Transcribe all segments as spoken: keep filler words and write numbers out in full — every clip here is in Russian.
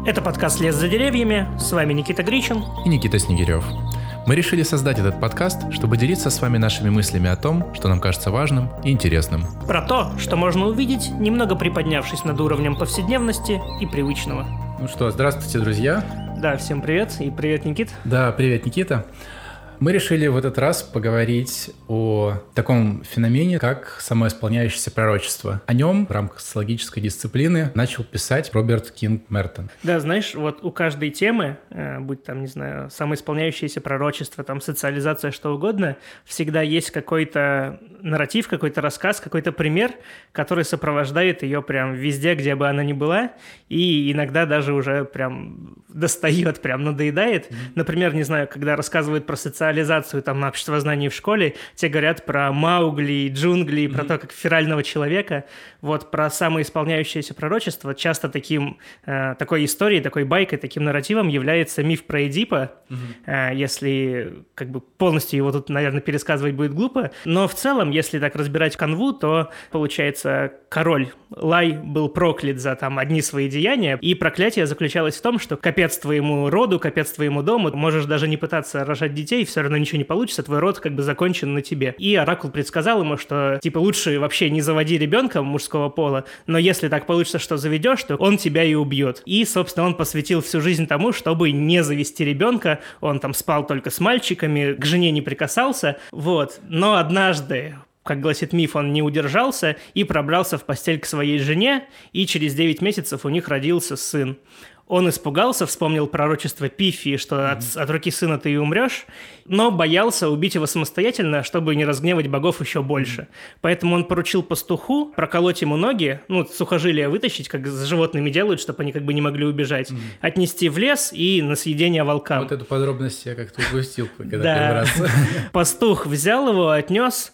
Это подкаст «Лес за деревьями». С вами Никита Гричин и Никита Снегирев. Мы решили создать этот подкаст, чтобы делиться с вами нашими мыслями о том, что нам кажется важным и интересным. Про то, что можно увидеть, немного приподнявшись над уровнем повседневности и привычного. Ну что, здравствуйте, друзья. Да, всем привет и привет, Никит. Да, привет, Никита. Мы решили в этот раз поговорить о таком феномене, как самоисполняющееся пророчество. О нем в рамках социологической дисциплины начал писать Роберт Кинг Мертон. Да, знаешь, вот у каждой темы, будь там, не знаю, самоисполняющееся пророчество, там, социализация, что угодно, всегда есть какой-то нарратив, какой-то рассказ, какой-то пример, который сопровождает ее прям везде, где бы она ни была, и иногда даже уже прям достает, прям надоедает. Mm-hmm. Например, не знаю, когда рассказывают про социализацию, реализацию там на обществознании в школе, те говорят про Маугли, джунгли, mm-hmm. про то, как ферального человека. Вот про самоисполняющееся пророчество часто таким, э, такой историей, такой байкой, таким нарративом является миф про Эдипа. Mm-hmm. Э, если как бы полностью его тут, наверное, пересказывать будет глупо. Но в целом, если так разбирать канву, то получается король Лай был проклят за там одни свои деяния, и проклятие заключалось в том, что капец твоему роду, капец твоему дому, можешь даже не пытаться рожать детей, все равно ничего не получится, твой род как бы закончен на тебе. И оракул предсказал ему, что типа лучше вообще не заводи ребенка мужского пола, но если так получится, что заведешь, то он тебя и убьет. И, собственно, он посвятил всю жизнь тому, чтобы не завести ребенка, он там спал только с мальчиками, к жене не прикасался, вот. Но однажды, как гласит миф, он не удержался и пробрался в постель к своей жене, и через девять месяцев у них родился сын. Он испугался, вспомнил пророчество Пифии, что mm-hmm. от, от руки сына ты и умрешь, но боялся убить его самостоятельно, чтобы не разгневать богов еще больше. Mm-hmm. Поэтому он поручил пастуху проколоть ему ноги, ну, сухожилия вытащить, как с животными делают, чтобы они как бы не могли убежать, mm-hmm. отнести в лес и на съедение волкам. Вот эту подробность я как-то упустил, когда первый раз. Пастух взял его, отнес,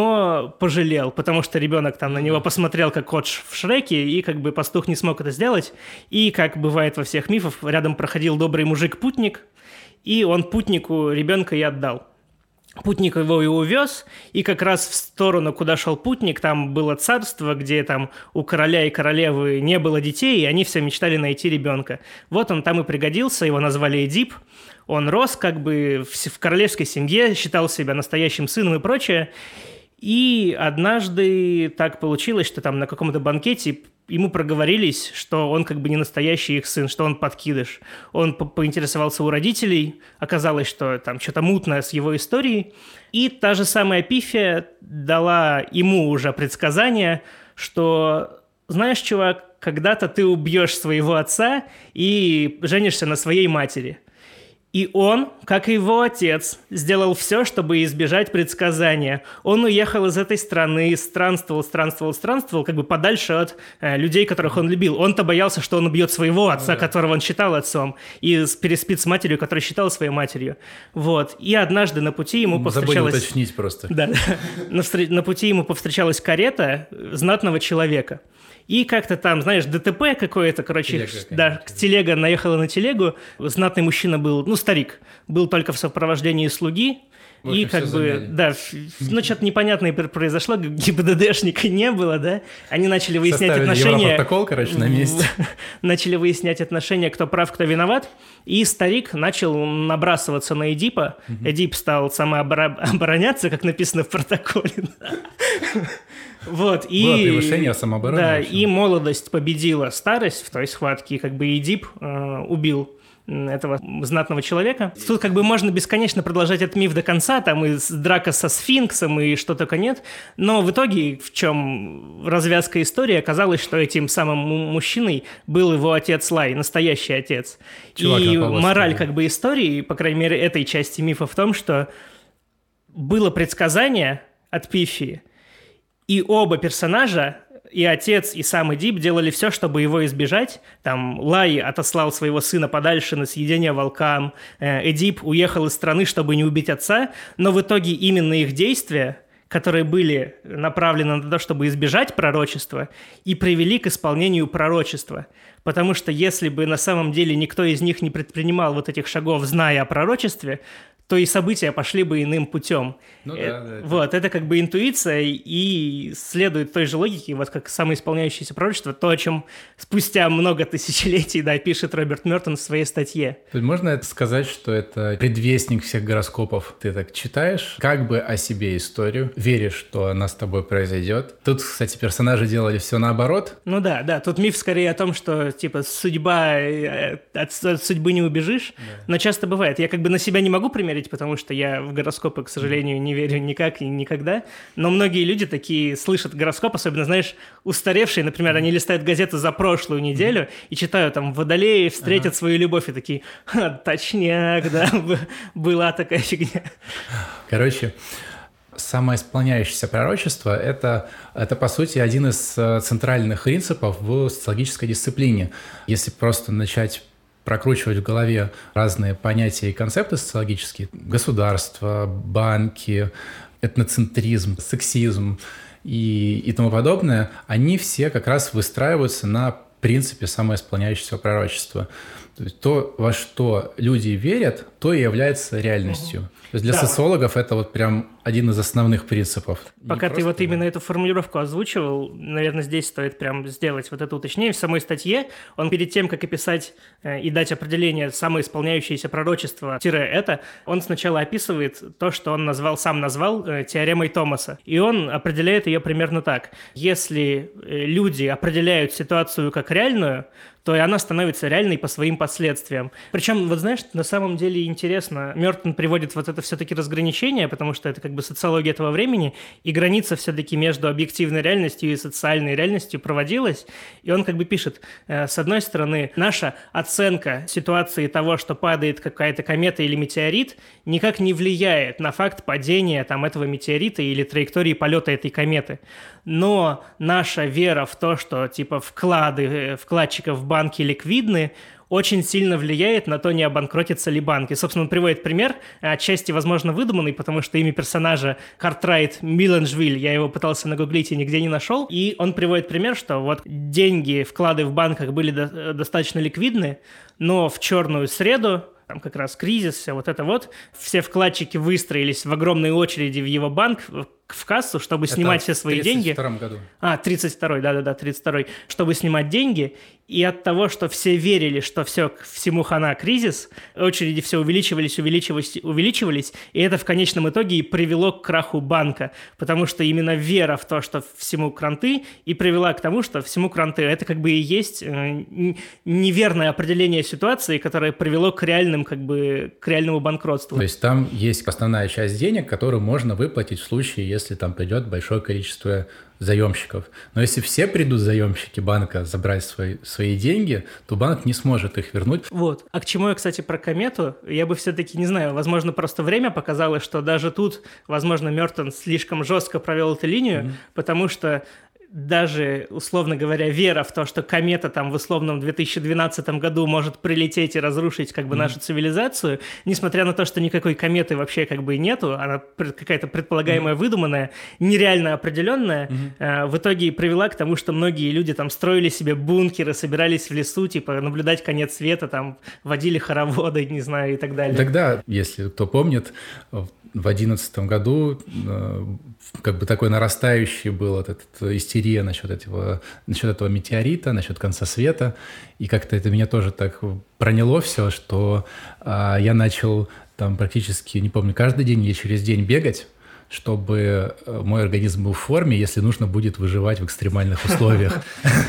но пожалел, потому что ребенок там на него посмотрел, как кот в Шреке, и как бы пастух не смог это сделать. И, как бывает во всех мифах, рядом проходил добрый мужик-путник, и он путнику ребенка и отдал. Путник его и увез, и как раз в сторону, куда шел путник, там было царство, где там у короля и королевы не было детей, и они все мечтали найти ребенка. Вот он там и пригодился, его назвали Эдип. Он рос как бы в, в королевской семье, считал себя настоящим сыном и прочее. И однажды так получилось, что там на каком-то банкете ему проговорились, что он как бы не настоящий их сын, что он подкидыш. Он по- поинтересовался у родителей, оказалось, что там что-то мутное с его историей. И та же самая Пифия дала ему уже предсказание, что, знаешь, чувак, когда-то ты убьешь своего отца и женишься на своей матери. И он, как и его отец, сделал все, чтобы избежать предсказания. Он уехал из этой страны, странствовал, странствовал, странствовал, как бы подальше от э, людей, которых он любил. Он-то боялся, что он убьет своего отца, да. которого он считал отцом, и переспит с матерью, которую считал своей матерью. Вот. И однажды на пути ему повстречалась... Забыли уточнить просто. Да. на, на пути ему повстречалась карета знатного человека. И как-то там, знаешь, ДТП какое-то, короче, телега, да, телега наехала на телегу, знатный мужчина был, ну, старик, был только в сопровождении слуги, в общем, и как бы, замяли. Да, ну, что-то непонятное произошло, ГИБДДшника не было, да, они начали выяснять составили отношения... Европротокол, короче, на месте. Начали выяснять отношения, кто прав, кто виноват, и старик начал набрасываться на Эдипа, Эдип стал самообороняться, как написано в протоколе, Вот, и, было превышение самообороны. Да, и молодость победила старость в той схватке, и как бы Эдип э, убил этого знатного человека. Тут как бы можно бесконечно продолжать этот миф до конца, там и драка со сфинксом, и что только нет, но в итоге, в чем развязка истории, оказалось, что этим самым мужчиной был его отец Лай, настоящий отец. Чувак, и мораль как бы истории, по крайней мере, этой части мифа в том, что было предсказание от Пифии, и оба персонажа, и отец, и сам Эдип делали все, чтобы его избежать. Там Лай отослал своего сына подальше на съедение волкам, Эдип уехал из страны, чтобы не убить отца, но в итоге именно их действия, которые были направлены на то, чтобы избежать пророчества, и привели к исполнению пророчества. Потому что если бы на самом деле никто из них не предпринимал вот этих шагов, зная о пророчестве, то и события пошли бы иным путем. Ну, э, да, да, вот, это... это как бы интуиция и следует той же логике, вот как самоисполняющееся пророчество, то, о чем спустя много тысячелетий, да, пишет Роберт Мёртон в своей статье. Можно это сказать, что это предвестник всех гороскопов? Ты так читаешь, как бы о себе историю, веришь, что она с тобой произойдет. Тут, кстати, персонажи делали все наоборот. Ну да, да, тут миф скорее о том, что, типа, судьба, от, от судьбы не убежишь, да. Но часто бывает. Я как бы на себя не могу примерить, потому что я в гороскопы, к сожалению, не верю никак и никогда, но многие люди такие слышат гороскоп, особенно, знаешь, устаревшие, например, они листают газету за прошлую неделю и читают там «Водолеи встретят ага. свою любовь», и такие «Точняк, да, была такая фигня». Короче, самоисполняющееся пророчество – это, это, по сути, один из центральных принципов в социологической дисциплине. Если просто начать прокручивать в голове разные понятия и концепты социологические – государство, банки, этноцентризм, сексизм и, и тому подобное, они все как раз выстраиваются на принципе самоисполняющегося пророчества. То есть то, во что люди верят, то и является реальностью. То есть для да. социологов это вот прям один из основных принципов. Пока Не ты просто, вот да. именно эту формулировку озвучивал, наверное, здесь стоит прям сделать вот это уточнение. В самой статье он перед тем, как описать э, и дать определение самоисполняющееся пророчество тире это, он сначала описывает то, что он назвал, сам назвал э, теоремой Томаса. И он определяет ее примерно так. Если э, люди определяют ситуацию как реальную, то и она становится реальной по своим последствиям. Причем, вот знаешь, на самом деле интересно, Мёртон приводит вот это все-таки разграничение, потому что это как бы социология этого времени, и граница все-таки между объективной реальностью и социальной реальностью проводилась, и он как бы пишет, э, с одной стороны, наша оценка ситуации того, что падает какая-то комета или метеорит, никак не влияет на факт падения там этого метеорита или траектории полета этой кометы. Но наша вера в то, что типа вклады вкладчиков в банки ликвидны, очень сильно влияет на то, не обанкротится ли банк. И, собственно, он приводит пример, отчасти, возможно, выдуманный, потому что имя персонажа Картрайт Миланжвиль, я его пытался нагуглить и нигде не нашел. И он приводит пример, что вот деньги, вклады в банках были до- достаточно ликвидны, но в черную среду, там как раз кризис, все вот это вот, все вкладчики выстроились в огромной очереди в его банк, в кассу, чтобы это снимать все свои деньги. В тридцать втором году. А, тридцать второй, да-да-да, тридцать второй. Чтобы снимать деньги, и от того, что все верили, что все, всему хана кризис, очереди все увеличивались, увеличивались, увеличивались, и это в конечном итоге и привело к краху банка, потому что именно вера в то, что всему кранты, и привела к тому, что всему кранты. Это как бы и есть э, неверное определение ситуации, которое привело к реальным, как бы, к реальному банкротству. То есть там есть основная часть денег, которую можно выплатить в случае, если если там придет большое количество заемщиков. Но если все придут заемщики банка забрать свои, свои деньги, то банк не сможет их вернуть. Вот. А к чему я, кстати, про комету? Я бы все-таки, не знаю, возможно, просто время показало, что даже тут, возможно, Мёртон слишком жестко провел эту линию, mm-hmm. потому что даже, условно говоря, вера в то, что комета там в условном две тысячи двенадцатом году может прилететь и разрушить как бы mm-hmm. нашу цивилизацию, несмотря на то, что никакой кометы вообще как бы нету, она какая-то предполагаемая, mm-hmm. выдуманная, нереально определенная, mm-hmm. э, в итоге и привела к тому, что многие люди там строили себе бункеры, собирались в лесу, типа наблюдать конец света, там водили хороводы, не знаю, и так далее. Тогда, если кто помнит, в две тысячи одиннадцатом году э, как бы такой нарастающий был вот этот истерия насчет этого, насчет этого метеорита, насчет конца света, и как-то это меня тоже так проняло все, что э, я начал там практически, не помню, каждый день или через день бегать, чтобы мой организм был в форме, если нужно будет выживать в экстремальных условиях.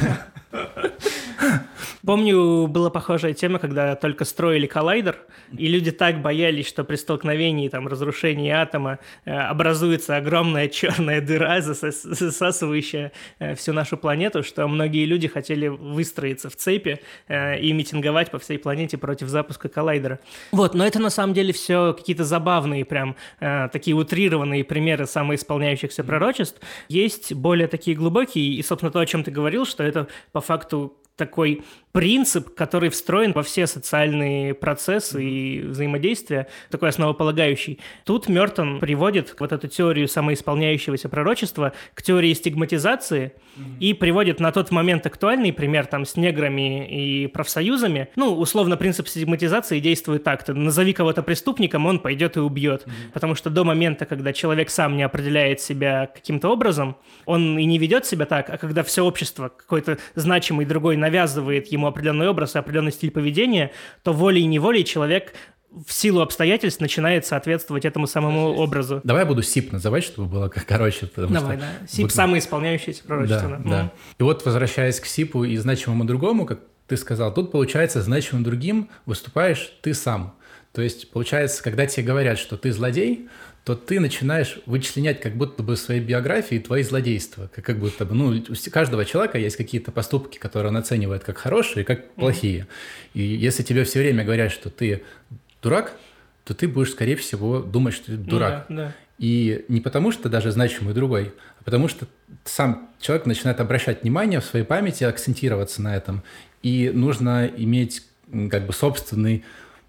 Помню, была похожая тема, когда только строили коллайдер, и люди так боялись, что при столкновении, там, разрушении атома э, образуется огромная черная дыра, засос- засасывающая э, всю нашу планету, что многие люди хотели выстроиться в цепи э, и митинговать по всей планете против запуска коллайдера. Вот, но это на самом деле все какие-то забавные, прям э, такие утрированные примеры самоисполняющихся пророчеств. Есть более такие глубокие, и, собственно, то, о чем ты говорил, что это по факту такой принцип, который встроен во все социальные процессы и взаимодействия, такой основополагающий. Тут Мёртон приводит вот эту теорию самоисполняющегося пророчества к теории стигматизации mm-hmm. и приводит на тот момент актуальный пример там с неграми и профсоюзами. Ну, условно, принцип стигматизации действует так. Ты назови кого-то преступником, он пойдет и убьет. Mm-hmm. Потому что до момента, когда человек сам не определяет себя каким-то образом, он и не ведет себя так, а когда все общество, какой-то значимый другой, навязывает ему определенный образ и определенный стиль поведения, то волей-неволей человек в силу обстоятельств начинает соответствовать этому самому образу. Давай я буду СИП называть, чтобы было как короче. Давай, что да. СИП – самоисполняющееся пророчество. Да, да. Mm. И вот, возвращаясь к СИПу и значимому другому, как ты сказал, тут, получается, значимым другим выступаешь ты сам. То есть, получается, когда тебе говорят, что ты злодей, то ты начинаешь вычленять как будто бы в своей биографии твои злодейства. Как, как будто бы, ну, у каждого человека есть какие-то поступки, которые он оценивает как хорошие, как плохие. И если тебе все время говорят, что ты дурак, то ты будешь, скорее всего, думать, что ты дурак. Ну, да, да. И не потому, что даже значимый другой, а потому что сам человек начинает обращать внимание в своей памяти, акцентироваться на этом. И нужно иметь как бы собственный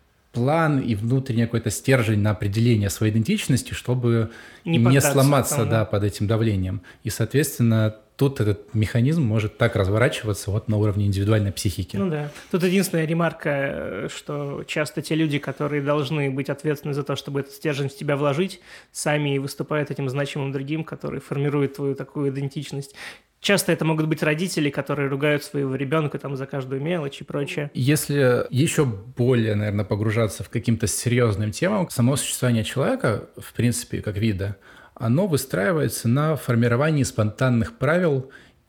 план и внутренний какой-то стержень на определение своей идентичности, чтобы не, не сломаться там, да. Да, под этим давлением. И, соответственно, тут этот механизм может так разворачиваться вот на уровне индивидуальной психики. Ну да. Тут единственная ремарка, что часто те люди, которые должны быть ответственны за то, чтобы этот стержень в тебя вложить, сами выступают этим значимым другим, который формирует твою такую идентичность. Часто это могут быть родители, которые ругают своего ребенка там за каждую мелочь и прочее. Если еще более, наверное, погружаться в каким-то серьезным темам, само существование человека, в принципе, как вида, оно выстраивается на формировании спонтанных правил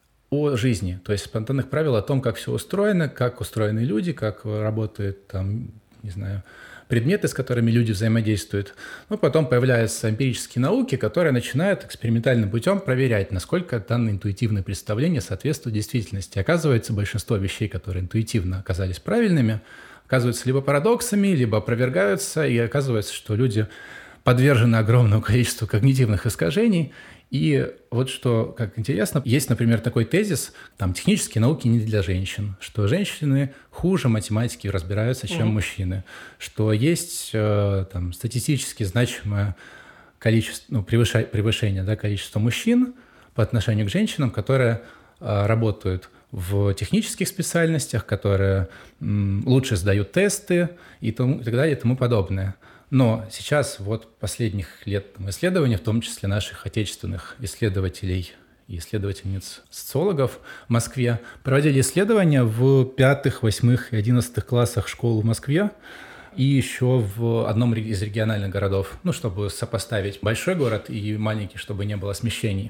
о жизни. То есть спонтанных правил о том, как все устроено, как устроены люди, как работают там, не знаю, предметы, с которыми люди взаимодействуют. Но потом появляются эмпирические науки, которые начинают экспериментальным путем проверять, насколько данное интуитивное представление соответствует действительности. Оказывается, большинство вещей, которые интуитивно оказались правильными, оказываются либо парадоксами, либо опровергаются, и оказывается, что люди подвержены огромному количеству когнитивных искажений. И вот что, как интересно, есть, например, такой тезис, там, технические науки не для женщин, что женщины хуже математики разбираются, чем mm-hmm. мужчины, что есть э, там, статистически значимое количество, ну, превышение, превышение да, количества мужчин по отношению к женщинам, которые э, работают в технических специальностях, которые м, лучше сдают тесты и, тому, и так далее и тому подобное. Но сейчас вот последних лет там, исследований, в том числе наших отечественных исследователей и исследовательниц социологов в Москве, проводили исследования в пятых, восьмых и одиннадцатых классах школ в Москве и еще в одном из региональных городов, ну, чтобы сопоставить большой город и маленький, чтобы не было смещений.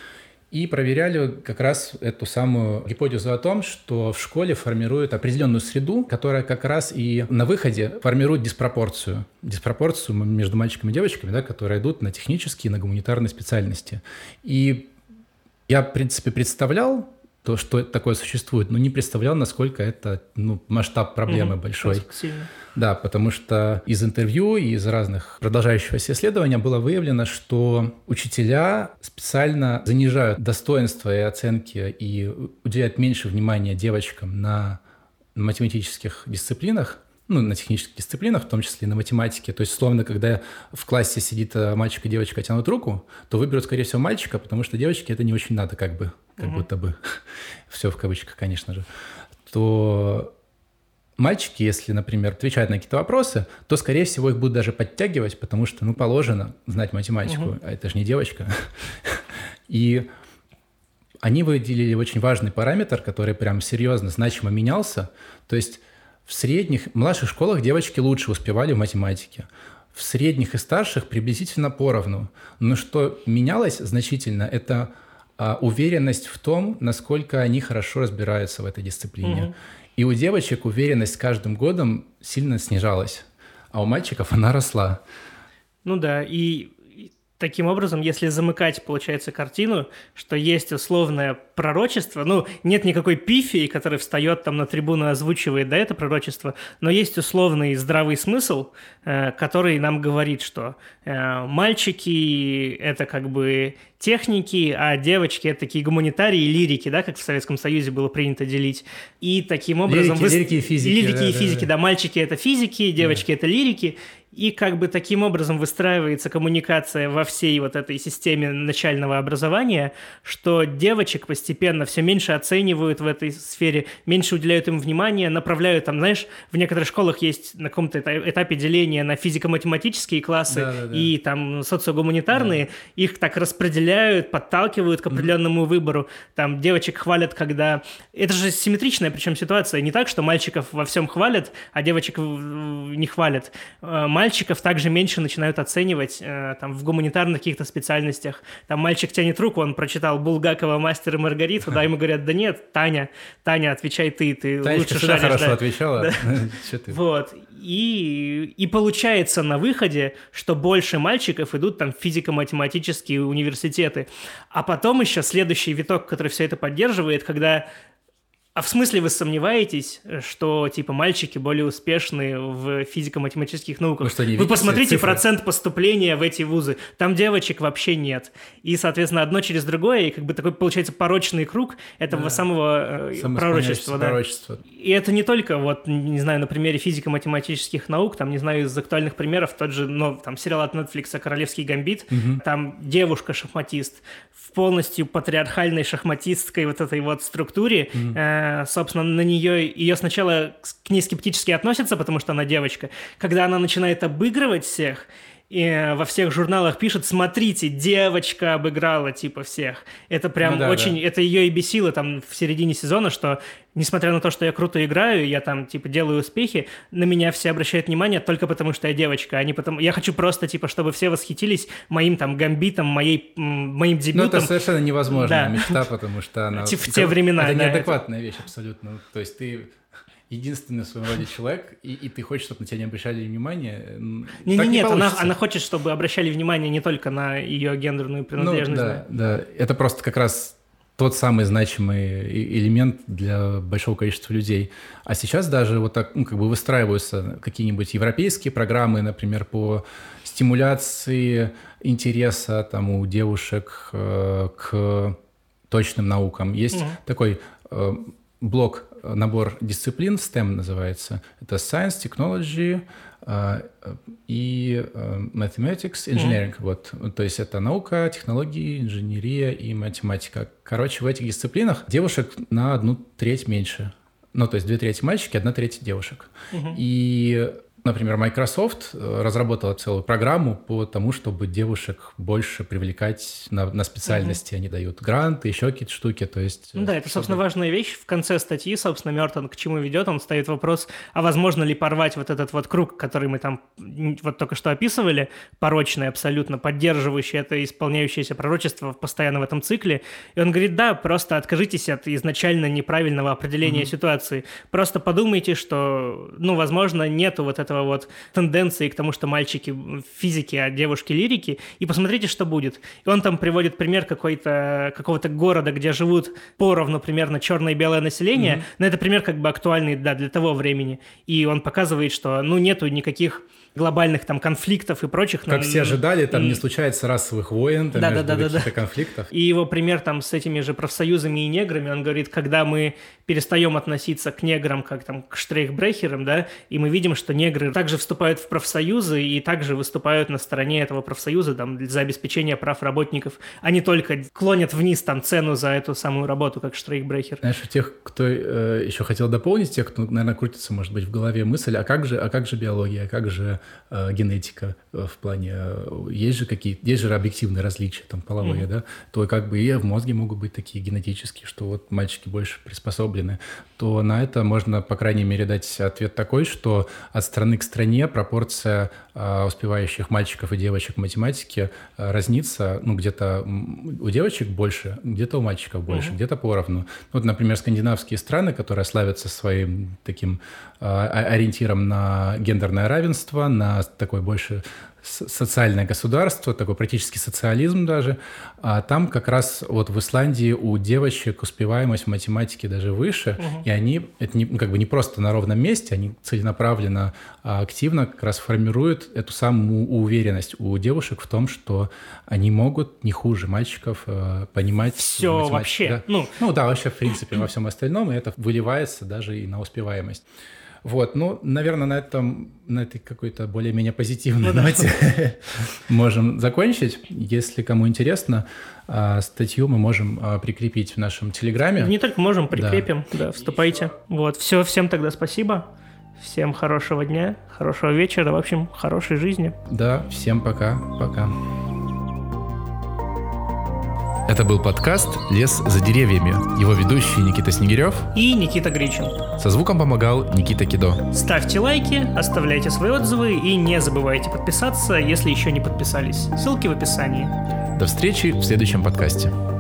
И проверяли как раз эту самую гипотезу о том, что в школе формируют определенную среду, которая как раз и на выходе формирует диспропорцию. Диспропорцию между мальчиками и девочками, да, которые идут на технические, на гуманитарные специальности. И я, в принципе, представлял то, что такое существует, но не представлял, насколько это ну, масштаб проблемы mm-hmm. большой. Да, потому что из интервью и из разных продолжающихся исследований было выявлено, что учителя специально занижают достоинства и оценки и уделяют меньше внимания девочкам на математических дисциплинах, ну, на технических дисциплинах, в том числе и на математике. То есть, условно, когда в классе сидит мальчик и девочка тянут руку, то выберут, скорее всего, мальчика, потому что девочке это не очень надо, как бы, как mm-hmm. будто бы. Все в кавычках, конечно же. То мальчики, если, например, отвечают на какие-то вопросы, то, скорее всего, их будут даже подтягивать, потому что, ну, положено знать математику, mm-hmm. а это же не девочка. И они выделили очень важный параметр, который прям серьезно, значимо менялся. То есть в средних, младших школах девочки лучше успевали в математике. В средних и старших приблизительно поровну. Но что менялось значительно, это а, уверенность в том, насколько они хорошо разбираются в этой дисциплине. Mm-hmm. И у девочек уверенность с каждым годом сильно снижалась, а у мальчиков она росла. Ну да, и Таким образом, если замыкать, получается, картину, что есть условное пророчество, ну, нет никакой пифии, который встает там на трибуну и озвучивает, да, это пророчество, но есть условный здравый смысл, э, который нам говорит, что э, мальчики – это как бы техники, а девочки – это такие гуманитарии и лирики, да, как в Советском Союзе было принято делить. И таким образом… Лирики, вы... лирики и физики. Лирики да, и да, физики, да, да. мальчики – это физики, девочки – это лирики. И как бы таким образом выстраивается коммуникация во всей вот этой системе начального образования, что девочек постепенно все меньше оценивают в этой сфере, меньше уделяют им внимания, направляют там, знаешь, в некоторых школах есть на каком-то этапе деления на физико-математические классы да, да, да. и там социогуманитарные, да. их так распределяют, подталкивают к определенному mm-hmm. выбору. Там девочек хвалят, когда… Это же симметричная причем ситуация, не так, что мальчиков во всем хвалят, а девочек не хвалят. Мальчиков также меньше начинают оценивать э, там, в гуманитарных каких-то специальностях. Там мальчик тянет руку, он прочитал Булгакова «Мастер и Маргариту», да, ему говорят, да нет, Таня, Таня, отвечай ты, ты Танечка лучше всегда шаришь. хорошо да. отвечала. Да. Вот. И, и получается на выходе, что больше мальчиков идут там в физико-математические университеты. А потом еще следующий виток, который все это поддерживает, когда… А в смысле вы сомневаетесь, что, типа, мальчики более успешны в физико-математических науках? Вы, что, не вы посмотрите цифры? Процент поступления в эти вузы. Там девочек вообще нет. И, соответственно, одно через другое, и как бы такой, получается, порочный круг этого да. самого э, пророчества. Да. пророчества. И это не только, вот, не знаю, на примере физико-математических наук, там, не знаю, из актуальных примеров, тот же, ну, там, сериал от Netflix «Королевский гамбит», угу. там девушка-шахматист в полностью патриархальной шахматистской вот этой вот структуре, угу. э, собственно, на нее, ее сначала к ней скептически относятся, потому что она девочка. Когда она начинает обыгрывать всех, и во всех журналах пишет, смотрите, девочка обыграла типа всех. Это прям ну, да, очень, да. это ее и бесило там в середине сезона, что несмотря на то, что я круто играю, я там типа делаю успехи, на меня все обращают внимание только потому, что я девочка, а не потому... Я хочу просто типа, чтобы все восхитились моим там гамбитом, моей, моим дебютом. Ну это совершенно невозможная да. мечта, потому что она... В те времена. Это неадекватная вещь абсолютно. То есть ты... единственный в своем роде человек, и, и ты хочешь, чтобы на тебя не обращали внимания. Не, не, нет, она, она хочет, чтобы обращали внимание не только на ее гендерную принадлежность. Ну, да, да, это просто как раз тот самый значимый элемент для большого количества людей. А сейчас даже вот так, ну, как бы выстраиваются какие-нибудь европейские программы, например, по стимуляции интереса там, у девушек э, к точным наукам. Есть mm-hmm. такой э, блок, набор дисциплин, стэм называется. Это Science, Technology uh, и uh, Mathematics, Engineering. Mm-hmm. Вот. То есть это наука, технологии, инженерия и математика. Короче, в этих дисциплинах девушек на одну треть меньше. Ну, то есть две трети мальчики, одна треть девушек. Mm-hmm. И... Например, Microsoft разработала целую программу по тому, чтобы девушек больше привлекать на, на специальности. Mm-hmm. Они дают гранты, еще какие-то штуки. То есть, ну да, это, чтобы... собственно, важная вещь. В конце статьи, собственно, Мёртон к чему ведет? Он ставит вопрос, а возможно ли порвать вот этот вот круг, который мы там вот только что описывали, порочный абсолютно, поддерживающий это исполняющееся пророчество постоянно в этом цикле. И он говорит, да, просто откажитесь от изначально неправильного определения mm-hmm. ситуации. Просто подумайте, что, ну, возможно, нету вот этого вот тенденции к тому, что мальчики физики, а девушки лирики, и посмотрите, что будет. И он там приводит пример какой-то, какого-то города, где живут поровну примерно черное и белое население, mm-hmm. но это пример как бы актуальный, да, для того времени. И он показывает, что, ну, нету никаких глобальных там конфликтов и прочих. Как все ожидали, там не случается расовых войн, там да, между да, да, каких-то да. конфликтов. И его пример там с этими же профсоюзами и неграми, он говорит, когда мы перестаем относиться к неграм как там к штрейхбрехерам, да, и мы видим, что негры также вступают в профсоюзы и также выступают на стороне этого профсоюза там, за обеспечение прав работников, а не только клонят вниз там цену за эту самую работу, как штрейхбрехер. Знаешь, у тех, кто э, еще хотел дополнить, тех, кто, наверное, крутится, может быть, в голове мысль, а как же, а как же биология, а как же э, генетика э, в плане, э, есть же какие-то, есть же объективные различия там половые, mm-hmm. да, то как бы и в мозге могут быть такие генетические, что вот мальчики больше приспособлены, то на это можно, по крайней мере, дать ответ такой, что от страны к стране пропорция э, успевающих мальчиков и девочек в математике э, разнится, ну, где-то у девочек больше, где-то у мальчиков больше, mm-hmm. где-то поровну. Вот, например, скандинавские страны, которые славятся своим таким э, ориентиром на гендерное равенство, на такой больше социальное государство, такой практически социализм даже. А там как раз вот в Исландии у девочек успеваемость в математике даже выше, угу. и они, это не, как бы не просто на ровном месте, они целенаправленно, активно как раз формируют эту самую уверенность у девушек в том, что они могут не хуже мальчиков понимать все вообще. Да? Ну, ну да, вообще в принципе во всем остальном, и это выливается даже и на успеваемость. Вот, ну, наверное, на этом, на этой какой-то более-менее позитивной ну, ноте да. можем закончить. Если кому интересно, статью мы можем прикрепить в нашем Телеграме. Не только можем, прикрепим, да, да вступайте. Вот, все, всем тогда спасибо, всем хорошего дня, хорошего вечера, в общем, хорошей жизни. Да, всем пока, пока. Это был подкаст «Лес за деревьями». Его ведущие Никита Снегирев и Никита Гричин. Со звуком помогал Никита Кидо. Ставьте лайки, оставляйте свои отзывы и не забывайте подписаться, если еще не подписались. Ссылки в описании. До встречи в следующем подкасте.